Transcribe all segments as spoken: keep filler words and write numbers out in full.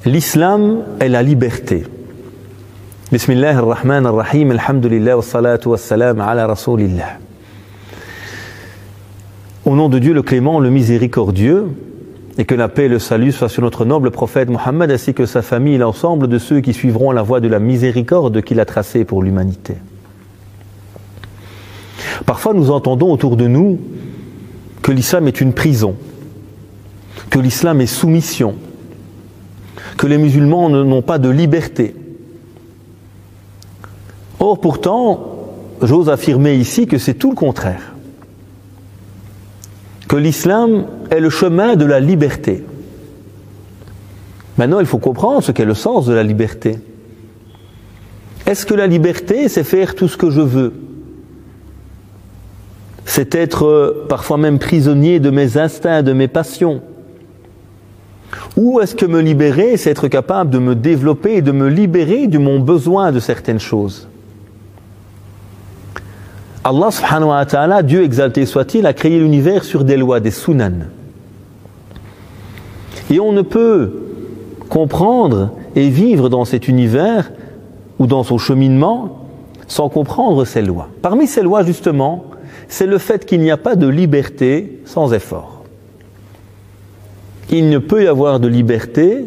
L'islam est la liberté. Bismillah ar-Rahman ar-Rahim, alhamdulillah wa salatu wa salam ala rasulillah. Au nom de Dieu le clément, le miséricordieux, et que la paix et le salut soient sur notre noble prophète Mohammed ainsi que sa famille et l'ensemble de ceux qui suivront la voie de la miséricorde qu'il a tracée pour l'humanité. Parfois nous entendons autour de nous que l'islam est une prison, que l'islam est soumission, que les musulmans n'ont pas de liberté. Or pourtant, j'ose affirmer ici que c'est tout le contraire. Que l'islam est le chemin de la liberté. Maintenant, il faut comprendre ce qu'est le sens de la liberté. Est-ce que la liberté, c'est faire tout ce que je veux? C'est être parfois même prisonnier de mes instincts, de mes passions? Ou est-ce que me libérer, c'est être capable de me développer et de me libérer de mon besoin de certaines choses? Allah subhanahu wa ta'ala, Dieu exalté soit-il, a créé l'univers sur des lois, des sunan. Et on ne peut comprendre et vivre dans cet univers ou dans son cheminement sans comprendre ces lois. Parmi ces lois, justement, c'est le fait qu'il n'y a pas de liberté sans effort. Il ne peut y avoir de liberté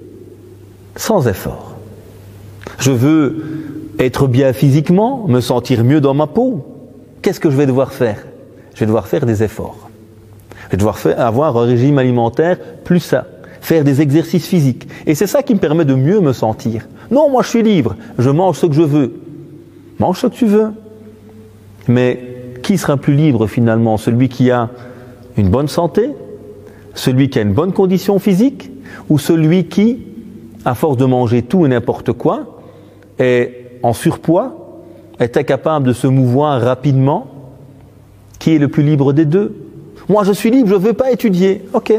sans effort. Je veux être bien physiquement, me sentir mieux dans ma peau. Qu'est-ce que je vais devoir faire? Je vais devoir faire des efforts. Je vais devoir faire, avoir un régime alimentaire plus sain, faire des exercices physiques. Et c'est ça qui me permet de mieux me sentir. Non, moi je suis libre, je mange ce que je veux. Mange ce que tu veux. Mais qui sera plus libre finalement? Celui qui a une bonne santé? Celui qui a une bonne condition physique? Ou celui qui, à force de manger tout et n'importe quoi, est en surpoids, est incapable de se mouvoir rapidement? Qui est le plus libre des deux? Moi je suis libre, je ne veux pas étudier. Ok.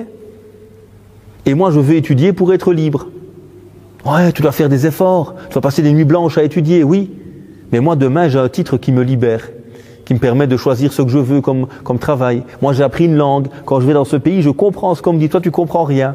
Et moi je veux étudier pour être libre. Ouais, tu dois faire des efforts, tu dois passer des nuits blanches à étudier, oui. Mais moi demain j'ai un titre qui me libère, qui me permet de choisir ce que je veux comme, comme travail. Moi j'ai appris une langue, quand je vais dans ce pays je comprends ce qu'on me dit, toi tu comprends rien.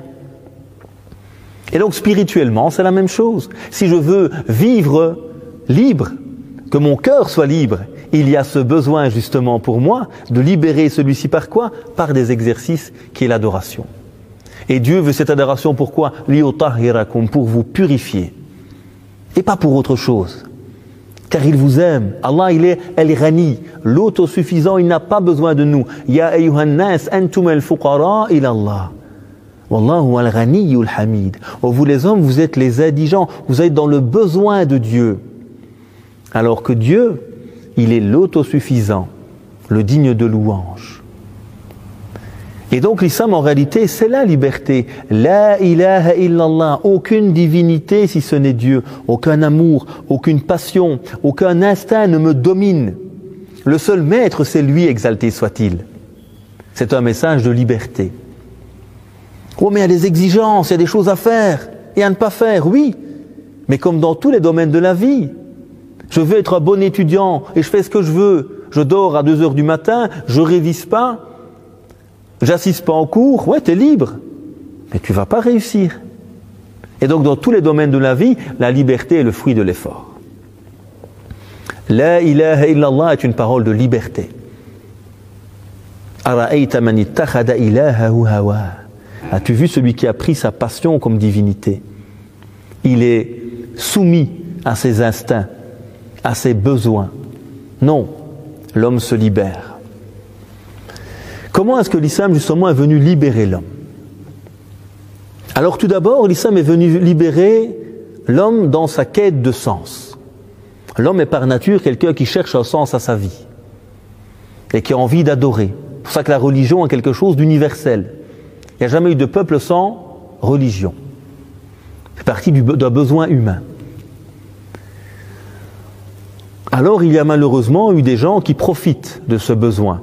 Et donc spirituellement c'est la même chose. Si je veux vivre libre, que mon cœur soit libre, il y a ce besoin justement pour moi de libérer celui-ci par quoi? Par des exercices qui est l'adoration. Et Dieu veut cette adoration pourquoi? Liyutahhirakum, pour vous purifier. Et pas pour autre chose. Car il vous aime. Allah, il est al-Ghani, l'autosuffisant, il n'a pas besoin de nous. Ya ayyuhan nas antum al-fuqara ila Allah. Wallahu al-Ghani al-Hamid. Oh, vous les hommes, vous êtes les indigents, vous êtes dans le besoin de Dieu. Alors que Dieu, il est l'autosuffisant, le digne de louange. Et donc l'islam en réalité c'est la liberté. La ilaha illallah, aucune divinité si ce n'est Dieu, aucun amour, aucune passion, aucun instinct ne me domine. Le seul maître c'est lui, exalté soit-il. C'est un message de liberté. Oh mais il y a des exigences, il y a des choses à faire et à ne pas faire, oui. Mais comme dans tous les domaines de la vie, je veux être un bon étudiant et je fais ce que je veux. Je dors à deux heures du matin, je révise pas. J'assiste pas en cours, ouais, tu es libre, mais tu vas pas réussir. Et donc dans tous les domaines de la vie, la liberté est le fruit de l'effort. La ilaha illallah est une parole de liberté. Ara'ayta man ittakhadha ilahahu hawa. As-tu vu celui qui a pris sa passion comme divinité? Il est soumis à ses instincts, à ses besoins. Non, l'homme se libère. Comment est-ce que l'islam justement est venu libérer l'homme? Alors tout d'abord, l'islam est venu libérer l'homme dans sa quête de sens. L'homme est par nature quelqu'un qui cherche un sens à sa vie et qui a envie d'adorer. C'est pour ça que la religion est quelque chose d'universel. Il n'y a jamais eu de peuple sans religion. C'est partie d'un besoin humain. Alors il y a malheureusement eu des gens qui profitent de ce besoin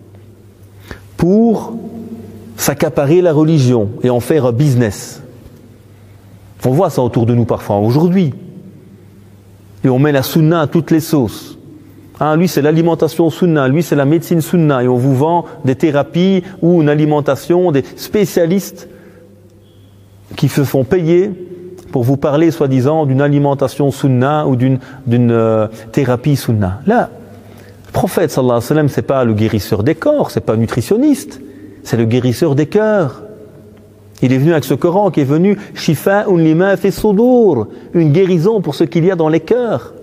pour s'accaparer la religion et en faire un business. On voit ça autour de nous parfois aujourd'hui. Et on met la sunna à toutes les sauces. Ah, lui c'est l'alimentation sunna, lui c'est la médecine sunna. Et on vous vend des thérapies ou une alimentation, des spécialistes qui se font payer pour vous parler soi-disant d'une alimentation sunna ou d'une d'une euh, thérapie sunna. Là, le prophète sallallahu alayhi wa sallam, c'est pas le guérisseur des corps, c'est pas un nutritionniste, c'est le guérisseur des cœurs. Il est venu avec ce Coran qui est venu Shifa'un lima fi sudur, une guérison pour ce qu'il y a dans les cœurs.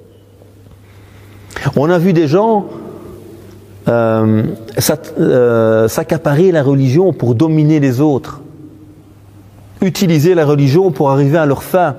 On a vu des gens euh, euh, s'accaparer la religion pour dominer les autres, utiliser la religion pour arriver à leur fin.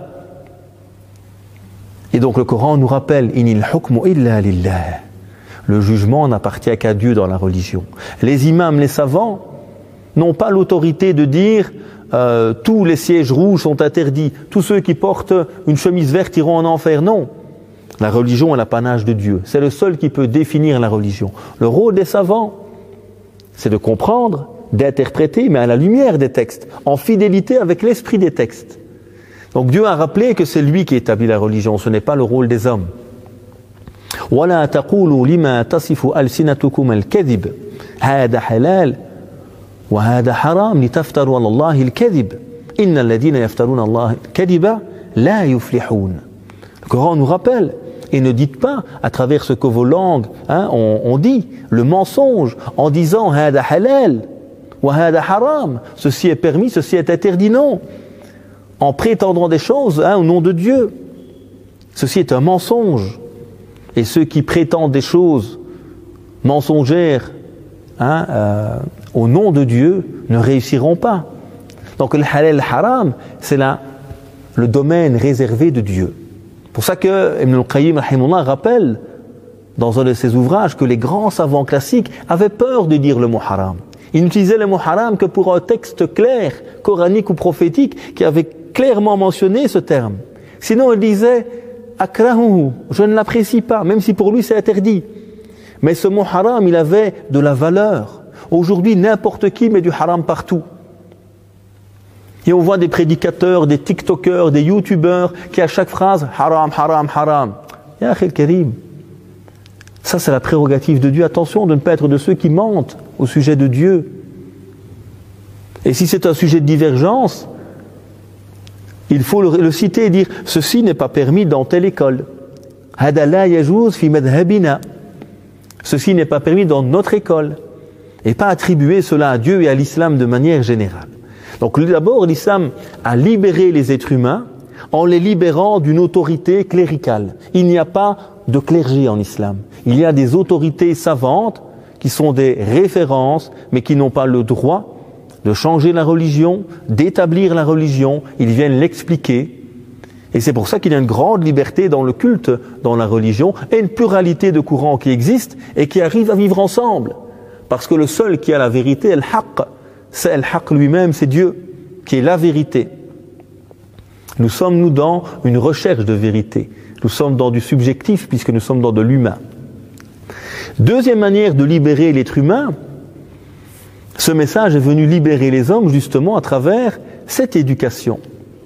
Et donc le Coran nous rappelle Inil hukmu illa lillah. Le jugement n'appartient qu'à Dieu dans la religion. Les imams, les savants n'ont pas l'autorité de dire euh, tous les sièges rouges sont interdits, tous ceux qui portent une chemise verte iront en enfer. Non. La religion est l'apanage de Dieu. C'est le seul qui peut définir la religion. Le rôle des savants, c'est de comprendre, d'interpréter, mais à la lumière des textes, en fidélité avec l'esprit des textes. Donc Dieu a rappelé que c'est lui qui établit la religion, ce n'est pas le rôle des hommes. وَلَا تَقُولُوا لِمَا تَصِفُ أَلْسِنَتُكُمَ الْكَذِبَ هَذَا حَلَالٌ وَهَذَا حَرَامٌ لِتَفْتَرُوا عَلَى اللَّهِ الْكَذِبَ إِنَّ الَّذِينَ يَفْتَرُونَ اللَّهَ الْكَذِبَ لَا يُفْلِحُونَ. Le Coran nous rappelle, et ne dites pas à travers ce que vos langues, hein, on, on dit le mensonge en disant هَذَا حَلَالٌ وَهَذَا حَرَامٌ, ceci est permis, ceci est interdit, non. En prétendant des choses hein, au nom de Dieu. Ceci est un mensonge. Et ceux qui prétendent des choses mensongères hein, euh, au nom de Dieu ne réussiront pas. Donc le halal, le haram, c'est là le domaine réservé de Dieu. C'est pour ça que Ibn al-Qayyim rahimahullah rappelle dans un de ses ouvrages que les grands savants classiques avaient peur de dire le mot haram. Ils n'utilisaient le mot haram que pour un texte clair, coranique ou prophétique, qui avait clairement mentionné ce terme. Sinon, ils disaient akrahuhu, je ne l'apprécie pas, même si pour lui c'est interdit. Mais ce mot haram, il avait de la valeur. Aujourd'hui, n'importe qui met du haram partout. Et on voit des prédicateurs, des tiktokers, des youtubeurs qui à chaque phrase haram, haram, haram. Ya akhi al-karim. Ça, c'est la prérogative de Dieu. Attention de ne pas être de ceux qui mentent au sujet de Dieu. Et si c'est un sujet de divergence, il faut le, le citer et dire ceci n'est pas permis dans telle école. Hada la yajouz fi madhhabina. Ceci n'est pas permis dans notre école. Et pas attribuer cela à Dieu et à l'islam de manière générale. Donc d'abord, l'islam a libéré les êtres humains en les libérant d'une autorité cléricale. Il n'y a pas de clergé en islam. Il y a des autorités savantes qui sont des références, mais qui n'ont pas le droit de changer la religion, d'établir la religion. Ils viennent l'expliquer. Et c'est pour ça qu'il y a une grande liberté dans le culte, dans la religion, et une pluralité de courants qui existent et qui arrivent à vivre ensemble. Parce que le seul qui a la vérité, el haqq, c'est el haqq lui-même, c'est Dieu, qui est la vérité. Nous sommes, nous, dans une recherche de vérité. Nous sommes dans du subjectif, puisque nous sommes dans de l'humain. Deuxième manière de libérer l'être humain, ce message est venu libérer les hommes, justement, à travers cette éducation.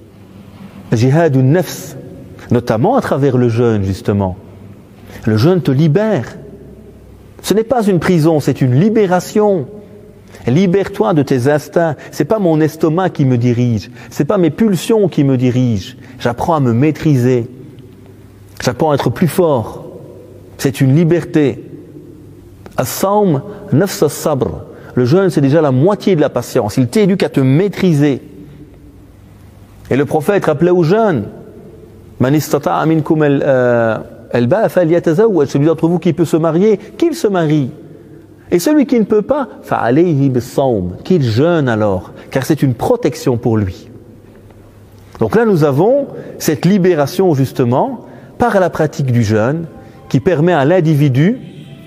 Jihadun nafs, notamment à travers le jeûne, justement. Le jeûne te libère. Ce n'est pas une prison, c'est une libération. Libère-toi de tes instincts. C'est pas mon estomac qui me dirige. C'est pas mes pulsions qui me dirigent. J'apprends à me maîtriser. J'apprends à être plus fort. C'est une liberté. As-sawm nafs as-sabr. Le jeûne, c'est déjà la moitié de la patience. Il t'éduque à te maîtriser. Et le prophète rappelait aux jeunes, Man istata'a minkum al-ba'a falyatazawwaj, celui d'entre vous qui peut se marier, qu'il se marie. Et celui qui ne peut pas, fa'alayhi bis-sawm, qu'il jeûne alors, car c'est une protection pour lui. Donc là, nous avons cette libération justement par la pratique du jeûne qui permet à l'individu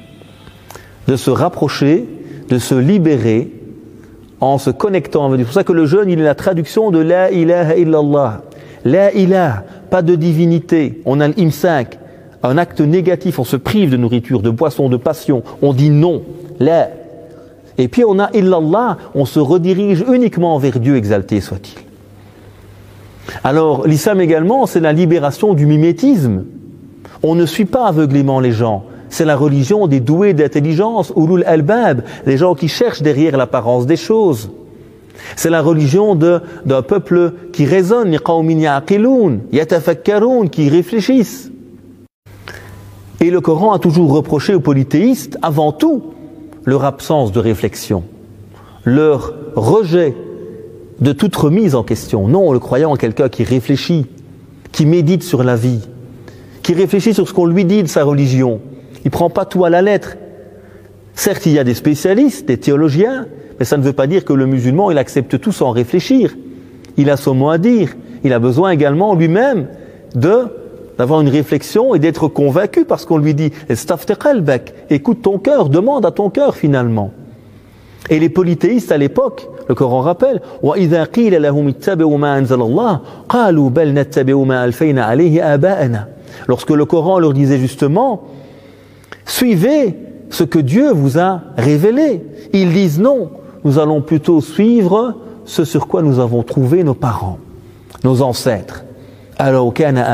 de se rapprocher, de se libérer en se connectant avec Dieu. C'est pour ça que le jeûne, il est la traduction de La ilaha illallah. La ilaha, pas de divinité. On a l'imsak, un acte négatif, on se prive de nourriture, de boisson, de passion. On dit non. La. Et puis on a illallah, on se redirige uniquement vers Dieu, exalté soit-il. Alors l'islam également, c'est la libération du mimétisme. On ne suit pas aveuglément les gens. C'est la religion des doués d'intelligence, ulul albab, les gens qui cherchent derrière l'apparence des choses. C'est la religion de, d'un peuple qui raisonne, qui réfléchissent. Et le Coran a toujours reproché aux polythéistes, avant tout, leur absence de réflexion, leur rejet de toute remise en question. Non, le croyant est quelqu'un qui réfléchit, qui médite sur la vie, qui réfléchit sur ce qu'on lui dit de sa religion. Il ne prend pas tout à la lettre. Certes, il y a des spécialistes, des théologiens, mais ça ne veut pas dire que le musulman, il accepte tout sans réfléchir. Il a son mot à dire. Il a besoin également lui-même de, d'avoir une réflexion et d'être convaincu parce qu'on lui dit « écoute ton cœur, demande à ton cœur finalement ». Et les polythéistes à l'époque, le Coran rappelle وَإِذَا قِيلَ لَهُمِ اتَّبِعُوا مَا أَنزَلَ اللَّهُ قَالُوا بَلْ نَتَّبِعُ مَا أَلْفَيْنَا عَلَيْهِ آبَاءَنَا. Lorsque le Coran leur disait justement « suivez ce que Dieu vous a révélé », ils disent non, nous allons plutôt suivre ce sur quoi nous avons trouvé nos parents, nos ancêtres. Alors,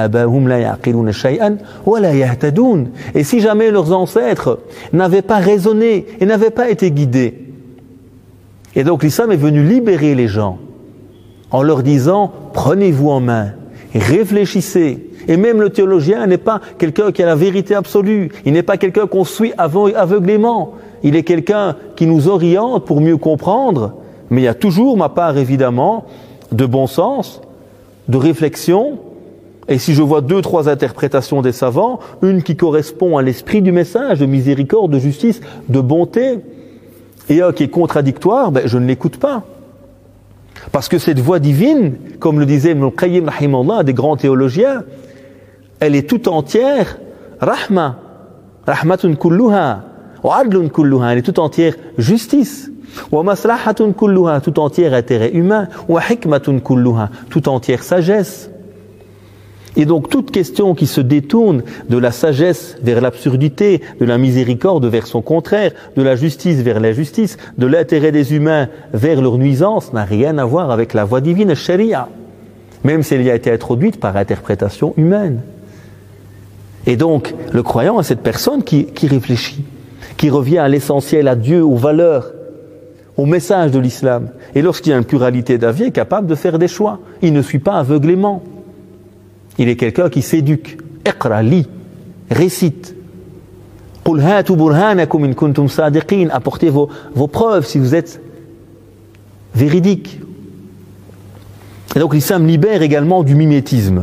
et si jamais leurs ancêtres n'avaient pas raisonné et n'avaient pas été guidés. Et donc l'islam est venu libérer les gens en leur disant prenez-vous en main, réfléchissez. Et même le théologien n'est pas quelqu'un qui a la vérité absolue, il n'est pas quelqu'un qu'on suit aveuglément, il est quelqu'un qui nous oriente pour mieux comprendre, mais il y a toujours ma part évidemment de bon sens, de réflexion. Et si je vois deux, trois interprétations des savants, une qui correspond à l'esprit du message, de miséricorde, de justice, de bonté, et un qui est contradictoire, ben je ne l'écoute pas. Parce que cette voix divine, comme le disait Ibn al-Qayyim rahimallah, des grands théologiens, elle est tout entière rahma, rahmatun kulluha, wa adlun kulluha, elle est tout entière justice, wa maslahatun kulluha, tout entière intérêt humain, wa hikmatun kulluha, tout entière sagesse. Et donc toute question qui se détourne de la sagesse vers l'absurdité, de la miséricorde vers son contraire, de la justice vers l'injustice, de l'intérêt des humains vers leur nuisance, n'a rien à voir avec la voie divine, sharia, même si elle y a été introduite par interprétation humaine. Et donc le croyant est cette personne qui, qui réfléchit, qui revient à l'essentiel, à Dieu, aux valeurs, au message de l'islam. Et lorsqu'il y a une pluralité d'avis, il est capable de faire des choix. Il ne suit pas aveuglément. Il est quelqu'un qui s'éduque. Iqra, lis, récite. Qul hatu burhanakum in kuntum sadiqin. Apportez vos, vos preuves si vous êtes véridique. Et donc l'islam libère également du mimétisme.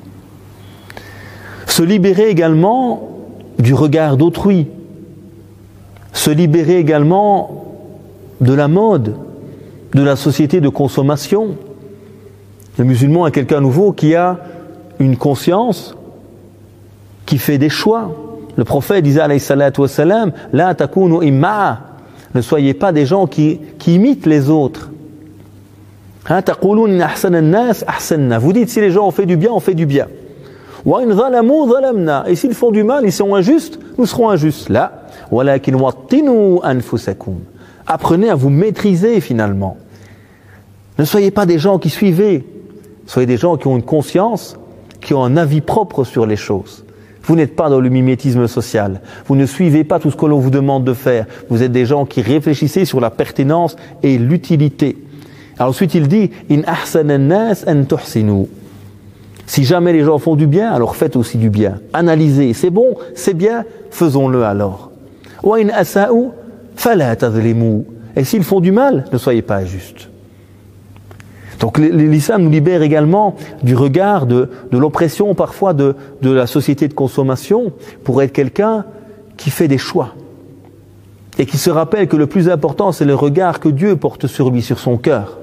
Se libérer également du regard d'autrui. Se libérer également de la mode, de la société de consommation. Le musulman est quelqu'un nouveau qui a une conscience, qui fait des choix. Le prophète disait alayhi salatu wassalam, la takunu imma'a, ne soyez pas des gens qui, qui imitent les autres. Hein, taqulun ahsana an-nas ahsanna. Vous dites si les gens ont fait du bien, on fait du bien. Wa in zalamu zalamna. Et s'ils font du mal, ils sont injustes, nous serons injustes. Là, walakin wattinu anfusakum. Apprenez à vous maîtriser finalement. Ne soyez pas des gens qui suivez, soyez des gens qui ont une conscience, qui ont un avis propre sur les choses. Vous n'êtes pas dans le mimétisme social. Vous ne suivez pas tout ce que l'on vous demande de faire. Vous êtes des gens qui réfléchissez sur la pertinence et l'utilité. Alors ensuite il dit « In ahsana an-nas an tuhsinu » Si jamais les gens font du bien, alors faites aussi du bien. Analysez, c'est bon, c'est bien, faisons-le alors. « Wa in asa'u fala tadhlimu » Et s'ils font du mal, ne soyez pas injustes. Donc l'islam nous libère également du regard, de, de l'oppression parfois de, de la société de consommation pour être quelqu'un qui fait des choix et qui se rappelle que le plus important c'est le regard que Dieu porte sur lui, sur son cœur.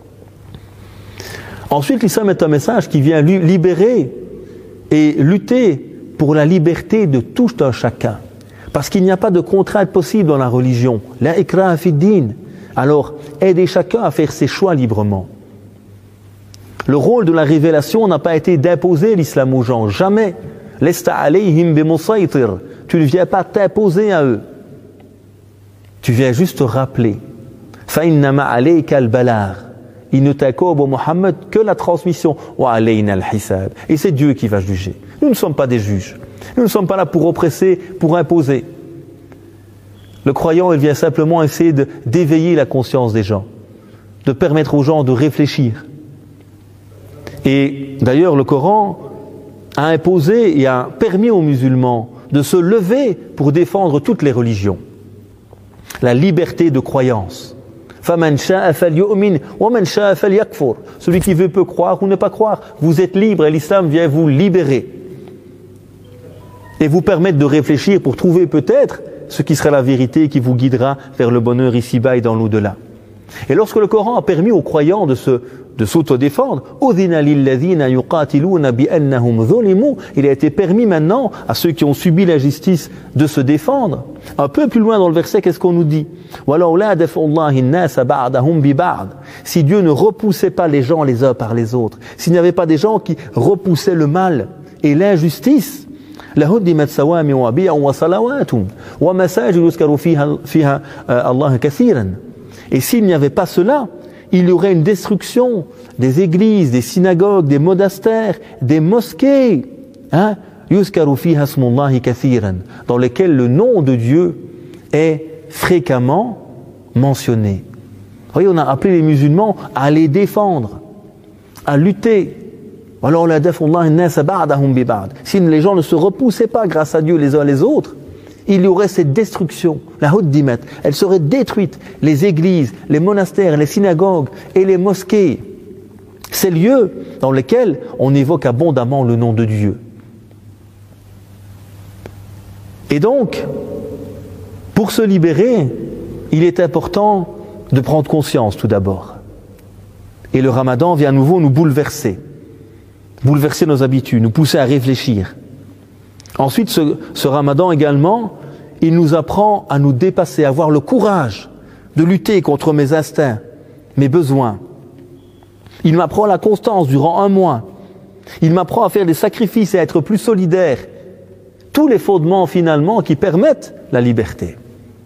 Ensuite l'islam est un message qui vient lui libérer et lutter pour la liberté de tout un chacun. Parce qu'il n'y a pas de contrainte possible dans la religion. La ikraha fi din. Alors aidez chacun à faire ses choix librement. Le rôle de la révélation n'a pas été d'imposer l'islam aux gens, jamais. Lesta alayhim bimusaytir. Tu ne viens pas t'imposer à eux. Tu viens juste rappeler. Fa innama alayka al-balagh. Il ne t'incombe au Mohammed que la transmission. Wa alayna al-hisab. Et c'est Dieu qui va juger. Nous ne sommes pas des juges. Nous ne sommes pas là pour oppresser, pour imposer. Le croyant, il vient simplement essayer de, d'éveiller la conscience des gens. de permettre aux gens de réfléchir. Et d'ailleurs, le Coran a imposé et a permis aux musulmans de se lever pour défendre toutes les religions. La liberté de croyance. فَمَنْ شَاءَ فَلْيُؤْمِنْ وَمَنْ شَاءَ فَلْيَكْفُرْ. Celui qui veut peut croire ou ne pas croire. Vous êtes libre et l'islam vient vous libérer. Et vous permettre de réfléchir pour trouver peut-être ce qui sera la vérité qui vous guidera vers le bonheur ici-bas et dans l'au-delà. Et lorsque le Coran a permis aux croyants de se de s'autodéfendre, il a été permis maintenant à ceux qui ont subi l'injustice de se défendre. Un peu plus loin dans le verset, qu'est-ce qu'on nous dit? Si Dieu ne repoussait pas les gens les uns par les autres, s'il n'y avait pas des gens qui repoussaient le mal et l'injustice, لهدمت صوامع وبيع وصلوات ومساجد يذكر فيها فيها الله كثيرا. Et s'il n'y avait pas cela, il y aurait une destruction des églises, des synagogues, des monastères, des mosquées, hein, يذكر فيها اسم الله كثيرا, dans lesquelles le nom de Dieu est fréquemment mentionné. Vous voyez, on a appelé les musulmans à les défendre, à lutter. Alors, si les gens ne se repoussaient pas grâce à Dieu les uns les autres, il y aurait cette destruction, la huddimat, elle serait détruite, les églises, les monastères, les synagogues et les mosquées, ces lieux dans lesquels on évoque abondamment le nom de Dieu. Et donc, pour se libérer, il est important de prendre conscience tout d'abord. Et le Ramadan vient à nouveau nous bouleverser. Bouleverser nos habitudes, nous pousser à réfléchir. Ensuite, ce, ce Ramadan également, il nous apprend à nous dépasser, à avoir le courage de lutter contre mes instincts, mes besoins. Il m'apprend la constance durant un mois. Il m'apprend à faire des sacrifices et à être plus solidaire. Tous les fondements finalement qui permettent la liberté.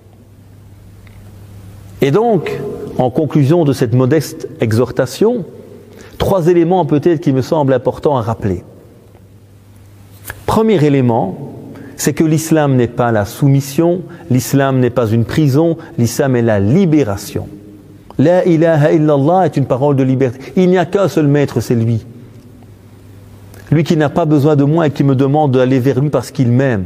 Et donc, en conclusion de cette modeste exhortation, trois éléments peut-être qui me semblent importants à rappeler. Premier élément, c'est que l'islam n'est pas la soumission, l'islam n'est pas une prison, l'islam est la libération. La ilaha illallah est une parole de liberté. Il n'y a qu'un seul maître, c'est lui. Lui qui n'a pas besoin de moi et qui me demande d'aller vers lui parce qu'il m'aime.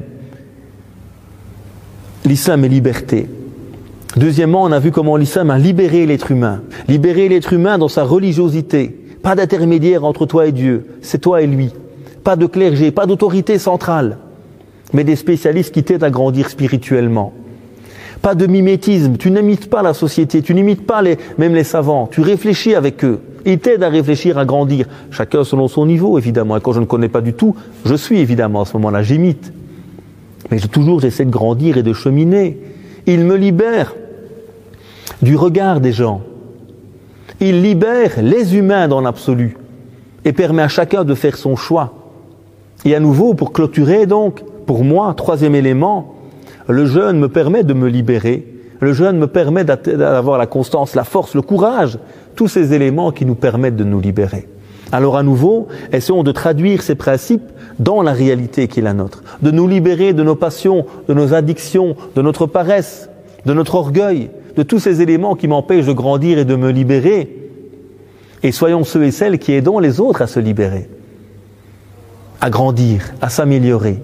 L'islam est liberté. Deuxièmement, on a vu comment l'islam a libéré l'être humain. Libéré l'être humain dans sa religiosité. Pas d'intermédiaire entre toi et Dieu, c'est toi et lui. Pas de clergé, pas d'autorité centrale, mais des spécialistes qui t'aident à grandir spirituellement. Pas de mimétisme, tu n'imites pas la société, tu n'imites pas les, même les savants, tu réfléchis avec eux. Ils t'aident à réfléchir, à grandir, chacun selon son niveau évidemment. Et quand je ne connais pas du tout, je suis évidemment à ce moment-là, j'imite. Mais je, toujours j'essaie de grandir et de cheminer. Il me libère du regard des gens. Il libère les humains dans l'absolu et permet à chacun de faire son choix. Et à nouveau, pour clôturer donc, pour moi, troisième élément, le jeûne me permet de me libérer. Le jeûne me permet d'avoir la constance, la force, le courage, tous ces éléments qui nous permettent de nous libérer. Alors à nouveau, essayons de traduire ces principes dans la réalité qui est la nôtre, de nous libérer de nos passions, de nos addictions, de notre paresse, de notre orgueil, de tous ces éléments qui m'empêchent de grandir et de me libérer. Et soyons ceux et celles qui aidons les autres à se libérer, à grandir, à s'améliorer.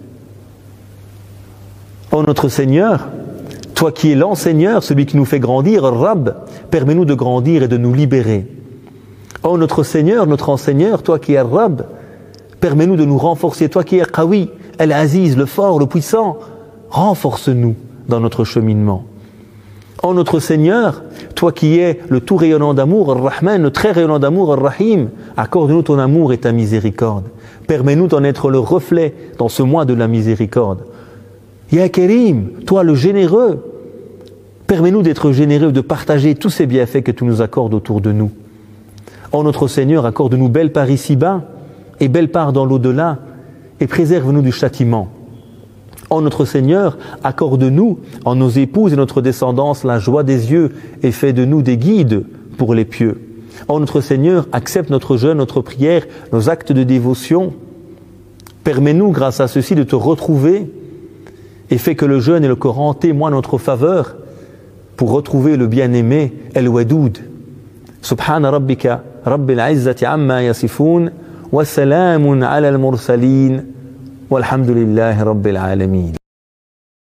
Ô notre Seigneur, toi qui es l'enseigneur, celui qui nous fait grandir, Rabb, permets-nous de grandir et de nous libérer. Ô notre Seigneur, notre enseigneur, toi qui es Rabb, permets-nous de nous renforcer. Toi qui es Qawi, Al-Aziz, le fort, le puissant, renforce-nous dans notre cheminement. Ô notre Seigneur, toi qui es le tout rayonnant d'amour, Ar-Rahman, le très rayonnant d'amour, Ar-Rahim, accorde-nous ton amour et ta miséricorde. Permets-nous d'en être le reflet dans ce mois de la miséricorde. Ya Karim, toi le généreux, permets-nous d'être généreux, de partager tous ces bienfaits que tu nous accordes autour de nous. Ô notre Seigneur, accorde-nous belle part ici-bas et belle part dans l'au-delà et préserve-nous du châtiment. Ô notre Seigneur, accorde-nous en nos épouses et notre descendance la joie des yeux et fais de nous des guides pour les pieux. Ô notre Seigneur, accepte notre jeûne, notre prière, nos actes de dévotion. Permets-nous, grâce à ceci, de te retrouver et fais que le jeûne et le Coran témoignent notre faveur pour retrouver le bien-aimé El Wadoud, Subhana rabbika rabbil izzati amma yasifun wa salamun ala al-mursalin walhamdulillahi rabbil alamin.